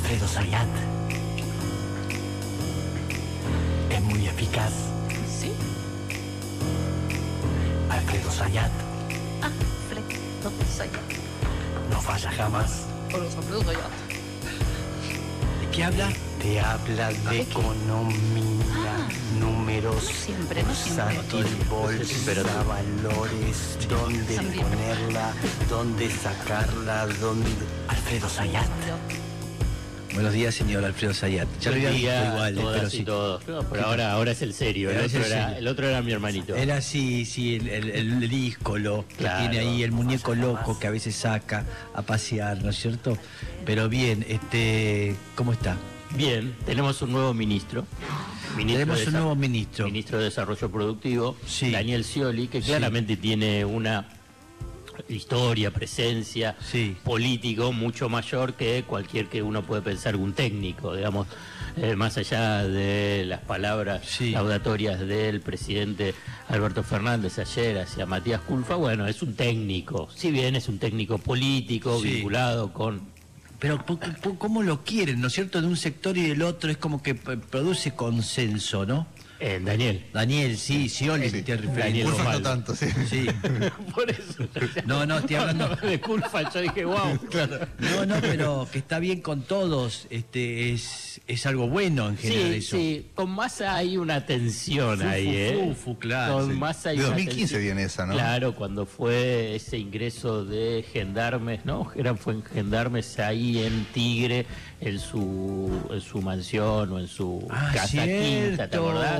Alfredo Zayat es muy eficaz. ¿Sí? Alfredo Zayat Alfredo Zayat. no falla jamás. O los Alfredo Zayat. ¿De qué habla? Te habla de economía, números, no siempre. versátil, bolsa, valores, dónde También. ponerla, dónde sacarla, dónde... Alfredo Zayat. Buenos días, señor Alfredo Zayat. Ya lo había visto igual, pero sí. No, pero ahora es el serio. El otro era mi hermanito. Era sí, el díscolo que Claro, tiene ahí, el muñeco falla loco jamás. que a veces saca a pasear, ¿no es cierto? Pero bien, ¿cómo está? Bien, tenemos un nuevo ministro. Tenemos un nuevo ministro. Ministro de Desarrollo Productivo, Sí. Daniel Scioli, que claramente tiene una historia, presencia, Sí. político mucho mayor que cualquier que uno puede pensar un técnico, digamos, más allá de las palabras Sí. laudatorias del presidente Alberto Fernández ayer hacia Matías Culfa. Bueno, es un técnico, si bien es un técnico político, Sí. vinculado con... Pero ¿cómo lo quieren, ¿no es cierto? De un sector y del otro es como que produce consenso, ¿no? Daniel. Daniel, sí, Scioli me estoy refiriendo. Daniel Culfa no Osvaldo. tanto, sí. Sí. Por eso. No, estoy hablando... de Culfa, yo dije, wow. No, pero que está bien con todos, es algo bueno en general Sí, eso. sí, con Massa hay una tensión ahí, claro. Con Sí. Massa hay De una 2015 tensión. viene esa, ¿no? Claro, cuando fue ese ingreso de gendarmes, ¿no? Fue gendarmes ahí en Tigre, en su mansión o en su casa quinta, ¿te acordás?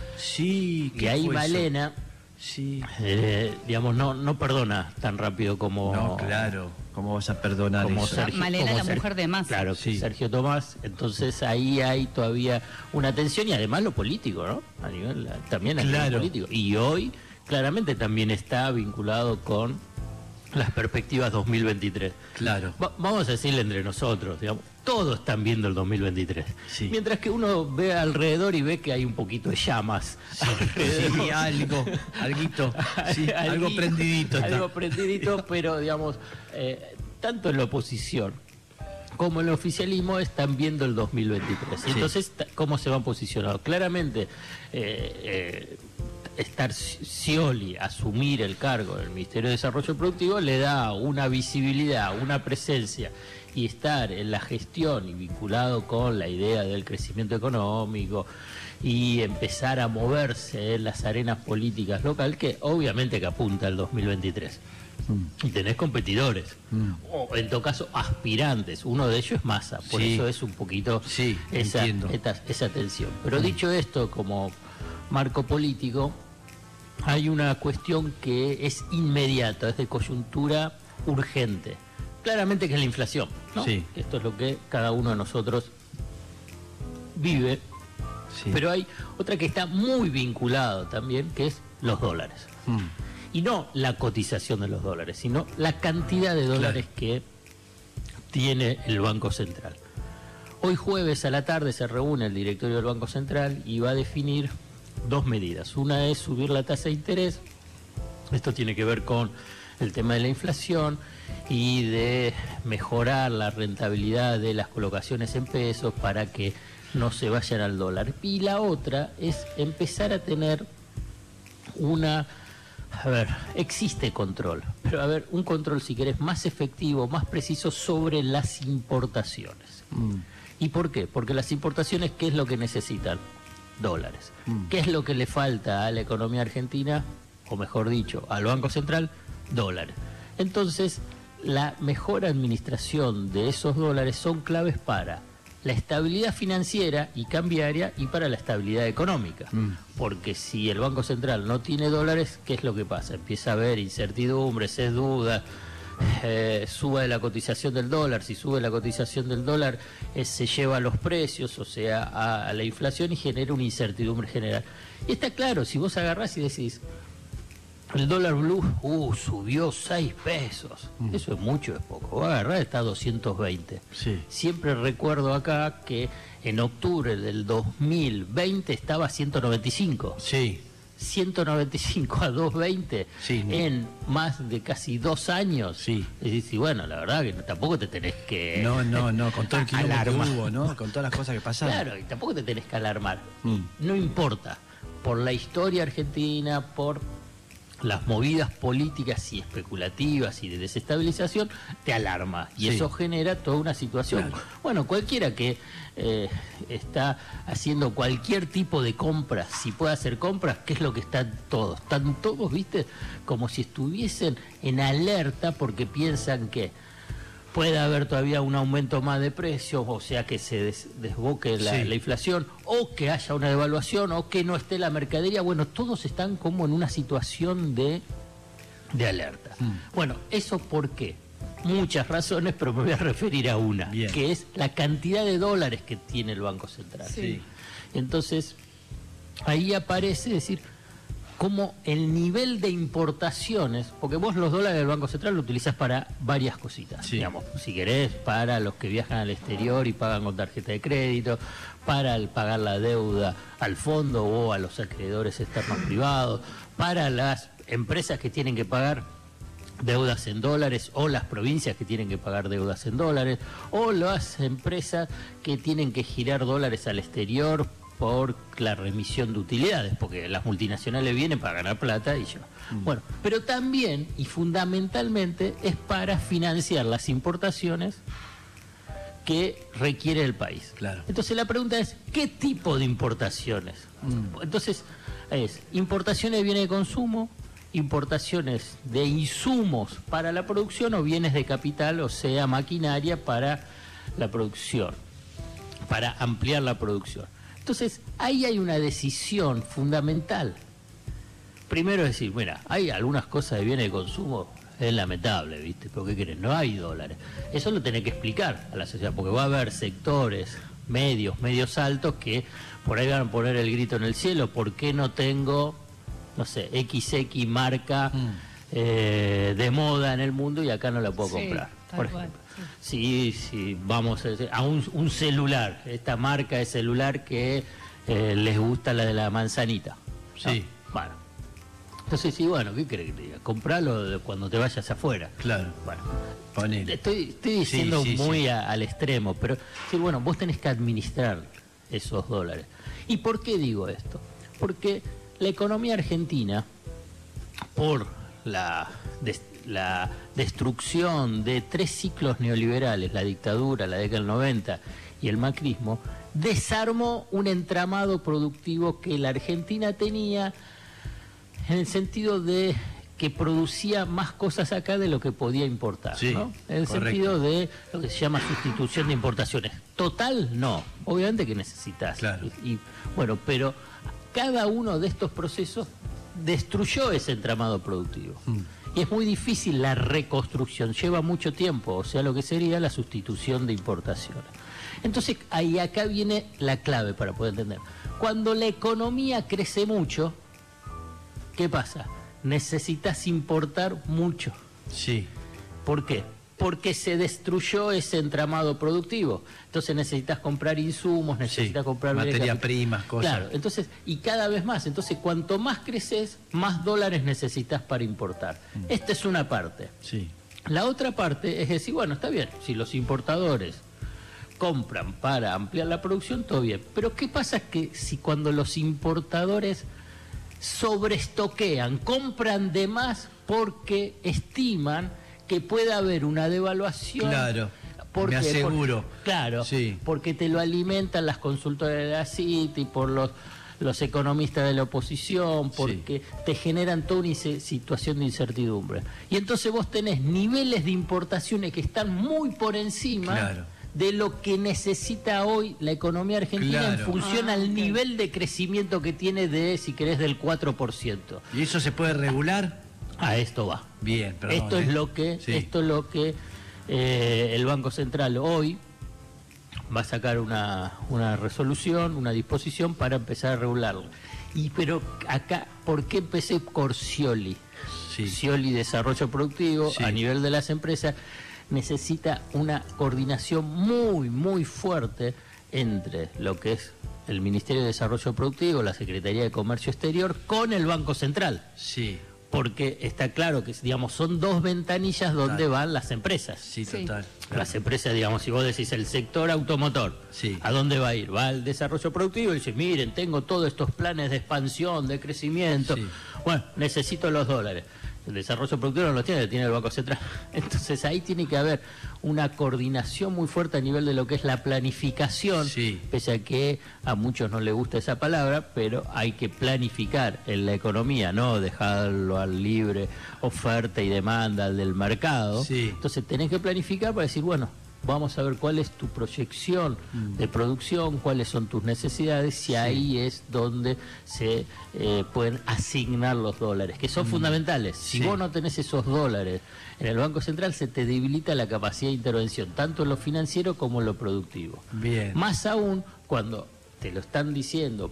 Sí, Que ahí fue eso? Malena, Sí. digamos, no perdona tan rápido como... No, claro. ¿Cómo vas a perdonar como eso? Sergio, Malena, como la mujer de Massa. Claro, Sí. Sergio Tomás. Entonces ahí hay todavía una tensión y además lo político, ¿no? También a nivel Claro. político. Y hoy claramente también está vinculado con las perspectivas 2023. Claro. Vamos a decirle entre nosotros, digamos, todos están viendo el 2023. Sí. Mientras que uno ve alrededor y ve que hay un poquito de llamas. Sí, alguito, sí, algo prendidito está. Algo prendidito, pero digamos, tanto en la oposición como en el oficialismo están viendo el 2023. Sí. Entonces, ¿cómo se van posicionando? Claramente, estar Scioli, asumir el cargo del Ministerio de Desarrollo Productivo, le da una visibilidad, una presencia, y estar en la gestión y vinculado con la idea del crecimiento económico y empezar a moverse en las arenas políticas locales, que obviamente que apunta al 2023. Y tenés competidores, o en todo caso aspirantes, uno de ellos es Massa, por Sí. eso es un poquito Sí, entiendo. esa tensión. Pero dicho esto, como marco político, hay una cuestión que es inmediata, es de coyuntura urgente. Claramente que es la inflación, ¿no? Sí. Esto es lo que cada uno de nosotros vive. Sí. Pero hay otra que está muy vinculada también, que es los dólares. Y no la cotización de los dólares, sino la cantidad de dólares que tiene el Banco Central. Hoy jueves a la tarde se reúne el directorio del Banco Central y va a definir dos medidas. Una es subir la tasa de interés. Esto tiene que ver con el tema de la inflación y de mejorar la rentabilidad de las colocaciones en pesos para que no se vayan al dólar. Y la otra es empezar a tener existe control, pero un control, si querés, más efectivo, más preciso sobre las importaciones. ¿Y por qué? Porque las importaciones, ¿qué es lo que necesitan? Dólares. ¿Qué es lo que le falta a la economía argentina? O mejor dicho, al Banco Central, dólares. Entonces, la mejor administración de esos dólares son claves para la estabilidad financiera y cambiaria y para la estabilidad económica. Porque si el Banco Central no tiene dólares, ¿qué es lo que pasa? Empieza a haber incertidumbres, es duda, sube la cotización del dólar, si sube la cotización del dólar se lleva a los precios, o sea, a la inflación, y genera una incertidumbre general. Y está claro, si vos agarrás y decís, el dólar blue subió 6 pesos. Eso es mucho, es poco. Va a agarrar, está a 220. Sí. Siempre recuerdo acá que en octubre del 2020 estaba a 195. Sí. 195 a 220 Sí. en más de casi 2 años. Sí. Y bueno, la verdad que tampoco te tenés que... No, con todo el quilombo que alarma. hubo, ¿no? Con todas las cosas que pasaron. Claro, y tampoco te tenés que alarmar. Mm. No importa. Por la historia argentina, por las movidas políticas y especulativas y de desestabilización, te alarma. Y Sí. eso genera toda una situación. Claro. Bueno, cualquiera que está haciendo cualquier tipo de compras, si puede hacer compras, ¿qué es lo que están todos? Están todos, ¿viste? Como si estuviesen en alerta porque piensan que puede haber todavía un aumento más de precios, o sea que se desboque la inflación, o que haya una devaluación, o que no esté la mercadería. Bueno, todos están como en una situación de alerta. Bueno, ¿eso por qué? Muchas razones, pero me voy a referir a una, Bien. que es la cantidad de dólares que tiene el Banco Central. Sí. Entonces, ahí aparece decir como el nivel de importaciones, porque vos los dólares del Banco Central lo utilizás para varias cositas, Sí. digamos, si querés, para los que viajan al exterior y pagan con tarjeta de crédito, para pagar la deuda al fondo o a los acreedores externos privados, para las empresas que tienen que pagar deudas en dólares, o las provincias que tienen que pagar deudas en dólares, o las empresas que tienen que girar dólares al exterior por la remisión de utilidades, porque las multinacionales vienen para ganar plata y yo. Bueno, pero también y fundamentalmente es para financiar las importaciones que requiere el país. Claro. Entonces la pregunta es, ¿qué tipo de importaciones? Entonces, es importaciones de bienes de consumo, importaciones de insumos para la producción o bienes de capital, o sea, maquinaria para la producción, para ampliar la producción. Entonces, ahí hay una decisión fundamental. Primero decir, mira, hay algunas cosas de bienes de consumo, es lamentable, ¿viste? Pero ¿qué querés? No hay dólares. Eso lo tenés que explicar a la sociedad, porque va a haber sectores medios altos que por ahí van a poner el grito en el cielo. ¿Por qué no tengo, no sé, XX marca de moda en el mundo y acá no la puedo comprar? tal Por cual, ejemplo. Sí, vamos a un celular, esta marca de celular que les gusta, la de la manzanita. ¿no? Sí. Bueno. Entonces, sí, bueno, ¿qué crees que te diga? Compralo cuando te vayas afuera. Claro. Bueno, Ponele. estoy diciendo Sí, muy al extremo, pero sí, bueno, vos tenés que administrar esos dólares. ¿Y por qué digo esto? Porque la economía argentina, por la destrucción de 3 ciclos neoliberales, la dictadura, la década del 90 y el macrismo, desarmó un entramado productivo que la Argentina tenía, en el sentido de que producía más cosas acá de lo que podía importar, Sí, ¿no? En el correcto. sentido de lo que se llama sustitución de importaciones. Total, no. Obviamente que necesitas. Claro. Y bueno, pero cada uno de estos procesos destruyó ese entramado productivo. Y es muy difícil la reconstrucción, lleva mucho tiempo, o sea, lo que sería la sustitución de importaciones. Entonces, ahí acá viene la clave para poder entender. Cuando la economía crece mucho, ¿qué pasa? Necesitas importar mucho. Sí. ¿Por qué? Porque se destruyó ese entramado productivo. Entonces necesitas comprar insumos, necesitas comprar materia primas, cosas. Claro, entonces, y cada vez más. Entonces, cuanto más creces, más dólares necesitas para importar. Esta es una parte. Sí. La otra parte es decir, bueno, está bien, si los importadores compran para ampliar la producción, todo bien. Pero ¿qué pasa que si cuando los importadores sobreestoquean, compran de más porque estiman que puede haber una devaluación? Claro. ¿Por Me qué? aseguro. Claro, Sí. porque te lo alimentan las consultoras de la Citi, por los economistas de la oposición, porque te generan toda una situación de incertidumbre. Y entonces vos tenés niveles de importaciones que están muy por encima Claro. de lo que necesita hoy la economía argentina en Claro. función al nivel de crecimiento que tiene de, si querés, del 4%. ¿Y eso se puede regular? A esto va. Bien, perdón. Esto es lo que, Sí. el Banco Central hoy va a sacar una resolución, una disposición para empezar a regularlo. Pero acá, ¿por qué empecé por Scioli? Sí. Scioli Desarrollo Productivo, Sí. a nivel de las empresas, necesita una coordinación muy, muy fuerte entre lo que es el Ministerio de Desarrollo Productivo, la Secretaría de Comercio Exterior, con el Banco Central. Sí, Porque está claro que, digamos, son dos ventanillas donde Total. van las empresas. sí, Sí. total. Las empresas, digamos, si vos decís el sector automotor, Sí. ¿a dónde va a ir? Va al desarrollo productivo y dice, miren, tengo todos estos planes de expansión, de crecimiento. Sí. Bueno, necesito los dólares. El desarrollo productivo no los tiene el Banco Central. Entonces ahí tiene que haber una coordinación muy fuerte a nivel de lo que es la planificación, Sí. pese a que a muchos no les gusta esa palabra, pero hay que planificar en la economía, no dejarlo al libre oferta y demanda del mercado. Sí. Entonces tenés que planificar para decir, bueno, vamos a ver cuál es tu proyección de producción, cuáles son tus necesidades, y ahí es donde se pueden asignar los dólares, que son fundamentales. Si Sí. vos no tenés esos dólares en el Banco Central, se te debilita la capacidad de intervención, tanto en lo financiero como en lo productivo. Bien. Más aún cuando te lo están diciendo,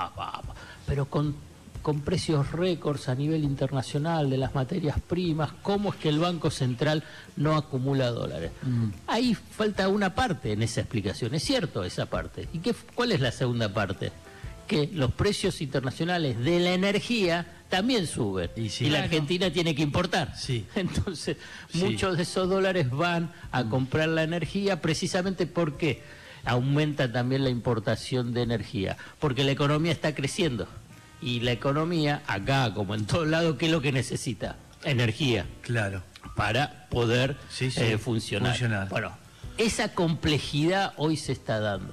pero con precios récords a nivel internacional de las materias primas, ¿cómo es que el Banco Central no acumula dólares? Ahí falta una parte en esa explicación, es cierto esa parte. ¿Y cuál es la segunda parte? Que los precios internacionales de la energía también suben Y sí. la Claro. Argentina tiene que importar. Sí. Entonces, Sí. muchos de esos dólares van a comprar la energía precisamente porque aumenta también la importación de energía, porque la economía está creciendo. Y la economía, acá como en todos lados, ¿qué es lo que necesita? Energía Claro. para poder Sí, sí, funcionar. Bueno, esa complejidad hoy se está dando.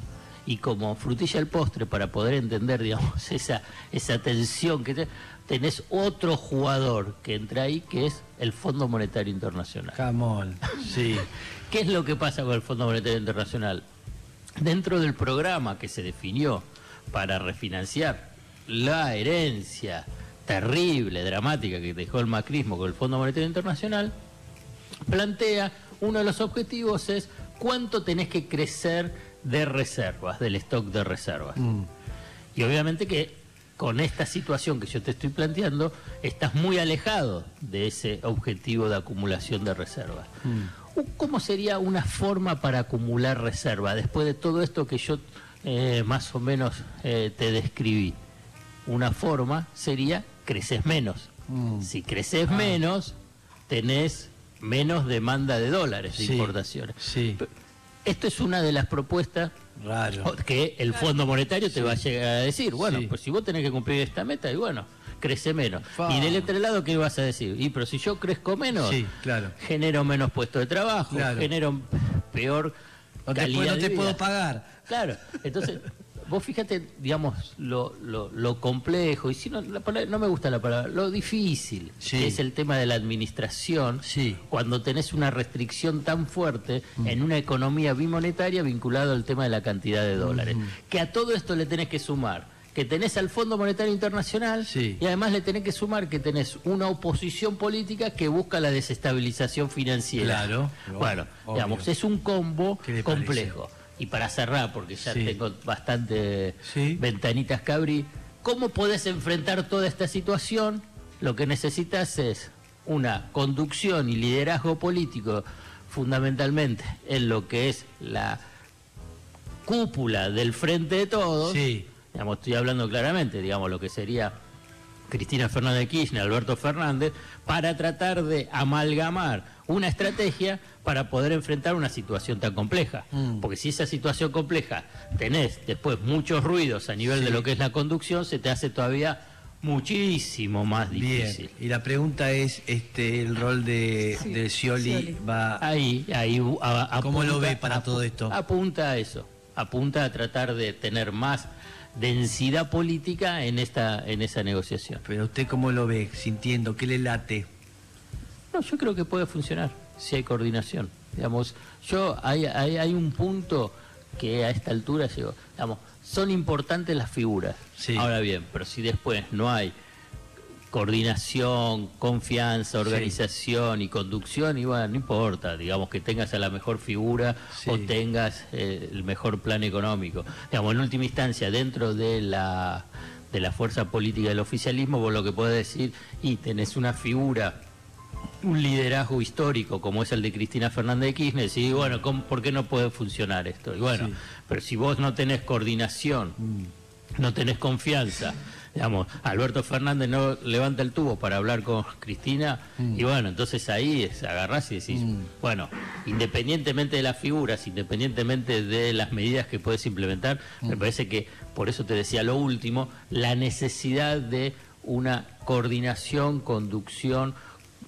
Y como frutilla del postre, para poder entender, digamos, esa tensión que tenés otro jugador que entra ahí, que es el Fondo Monetario Internacional. Jamón. Sí. ¿Qué es lo que pasa con el Fondo Monetario Internacional? Dentro del programa que se definió para refinanciar la herencia terrible, dramática que dejó el macrismo con el Fondo Monetario Internacional, plantea, uno de los objetivos es cuánto tenés que crecer de reservas, del stock de reservas. Y obviamente que con esta situación que yo te estoy planteando, estás muy alejado de ese objetivo de acumulación de reservas. ¿Cómo sería una forma para acumular reserva después de todo esto que yo más o menos te describí? Una forma sería creces menos. Si creces menos, tenés menos demanda de dólares de Sí, importaciones. sí. Esto es una de las propuestas Raro. que el Fondo Monetario te va a llegar a decir. Bueno, Sí. pues si vos tenés que cumplir esta meta, y bueno, crece menos. Fa. Y del otro lado, ¿qué vas a decir? Y pero si yo crezco menos, Sí, claro. genero menos puestos de trabajo, Claro. genero peor No te, calidad puedo, no de te vida. puedo pagar. Claro, entonces, vos fíjate, digamos, lo complejo, y si no, no me gusta la palabra, lo difícil, Sí. que es el tema de la administración, Sí. cuando tenés una restricción tan fuerte en una economía bimonetaria vinculada al tema de la cantidad de dólares. Que a todo esto le tenés que sumar que tenés al Fondo Monetario Internacional Sí. y además le tenés que sumar que tenés una oposición política que busca la desestabilización financiera. Claro. Bueno, Obvio. digamos, es un combo ¿Qué le complejo. Y para cerrar, porque ya Sí. tengo bastante Sí. ventanitas que abrir, ¿cómo podés enfrentar toda esta situación? Lo que necesitas es una conducción y liderazgo político, fundamentalmente en lo que es la cúpula del Frente de Todos. Sí. Digamos, estoy hablando claramente, digamos, lo que sería Cristina Fernández de Kirchner, Alberto Fernández, para tratar de amalgamar una estrategia para poder enfrentar una situación tan compleja. Porque si esa situación compleja tenés después muchos ruidos a nivel de lo que es la conducción, se te hace todavía muchísimo más difícil. Bien. Y la pregunta es, el rol de Scioli Scioli. va... Ahí ¿Cómo lo ve para todo esto? Apunta a eso, apunta a tratar de tener más densidad política en esa negociación. Pero usted cómo lo ve, sintiendo, ¿qué le late? No, yo creo que puede funcionar si hay coordinación. Digamos, hay un punto que a esta altura llegó. Digamos, son importantes las figuras. Sí. Ahora bien, pero si después no hay coordinación, confianza, organización y conducción, y bueno, no importa, digamos que tengas a la mejor figura Sí. o tengas el mejor plan económico. Digamos, en última instancia, dentro de la fuerza política del oficialismo, vos lo que podés decir, y tenés una figura un liderazgo histórico como es el de Cristina Fernández de Kirchner, y bueno, ¿por qué no puede funcionar esto? Y bueno, Sí. pero si vos no tenés coordinación, no tenés confianza, digamos, Alberto Fernández no levanta el tubo para hablar con Cristina, y bueno, entonces ahí agarrás y decís, bueno, independientemente de las figuras, independientemente de las medidas que puedes implementar, me parece que, por eso te decía lo último, la necesidad de una coordinación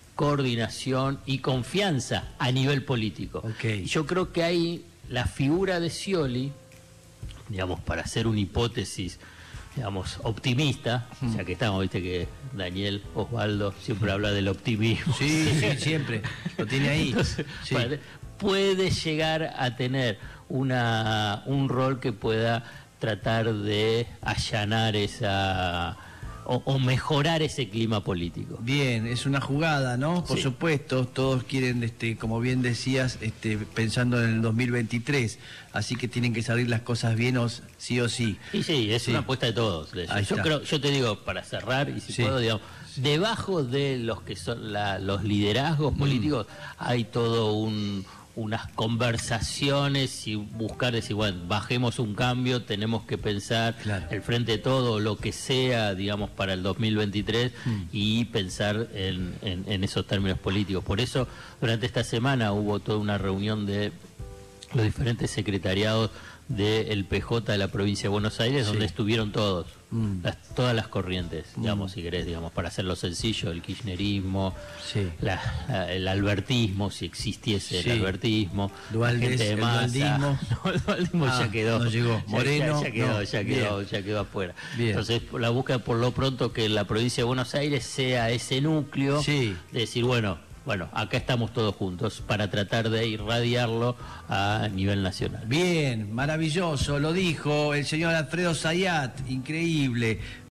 y confianza a nivel político. Ok. Y yo creo que ahí la figura de Scioli, digamos, para hacer una hipótesis, digamos, optimista, ya que estamos, viste que Daniel Osvaldo siempre habla del optimismo. Sí, sí, siempre. Lo tiene ahí. Entonces, Sí. puede llegar a tener un rol que pueda tratar de allanar esa o mejorar ese clima político. Bien, es una jugada, ¿no? Por Sí. supuesto, todos quieren, como bien decías, pensando en el 2023, así que tienen que salir las cosas bien sí o sí. Y sí, es Sí. una apuesta de todos. De eso. Ahí Yo está. creo, yo te digo, para cerrar, y si Sí. puedo, digamos, debajo de los que son los liderazgos políticos hay todo unas conversaciones y buscar decir, bueno, bajemos un cambio, tenemos que pensar Claro. el frente de todo, lo que sea, digamos, para el 2023 y pensar en esos términos políticos. Por eso, durante esta semana hubo toda una reunión de los diferentes secretariados del PJ de la provincia de Buenos Aires, Sí. donde estuvieron todos, todas las corrientes, digamos, si querés, digamos, para hacerlo sencillo, el kirchnerismo, Sí. el albertismo, si existiese Sí. el albertismo, Dualdes, la gente de el masa. dualdismo. No, el dualdismo Ah, ya quedó. no llegó. Moreno, ya quedó, no. ya quedó afuera. Bien. Entonces, la búsqueda por lo pronto que la provincia de Buenos Aires sea ese núcleo Sí. de decir, bueno, acá estamos todos juntos para tratar de irradiarlo a nivel nacional. Bien, maravilloso, lo dijo el señor Alfredo Zayat, increíble.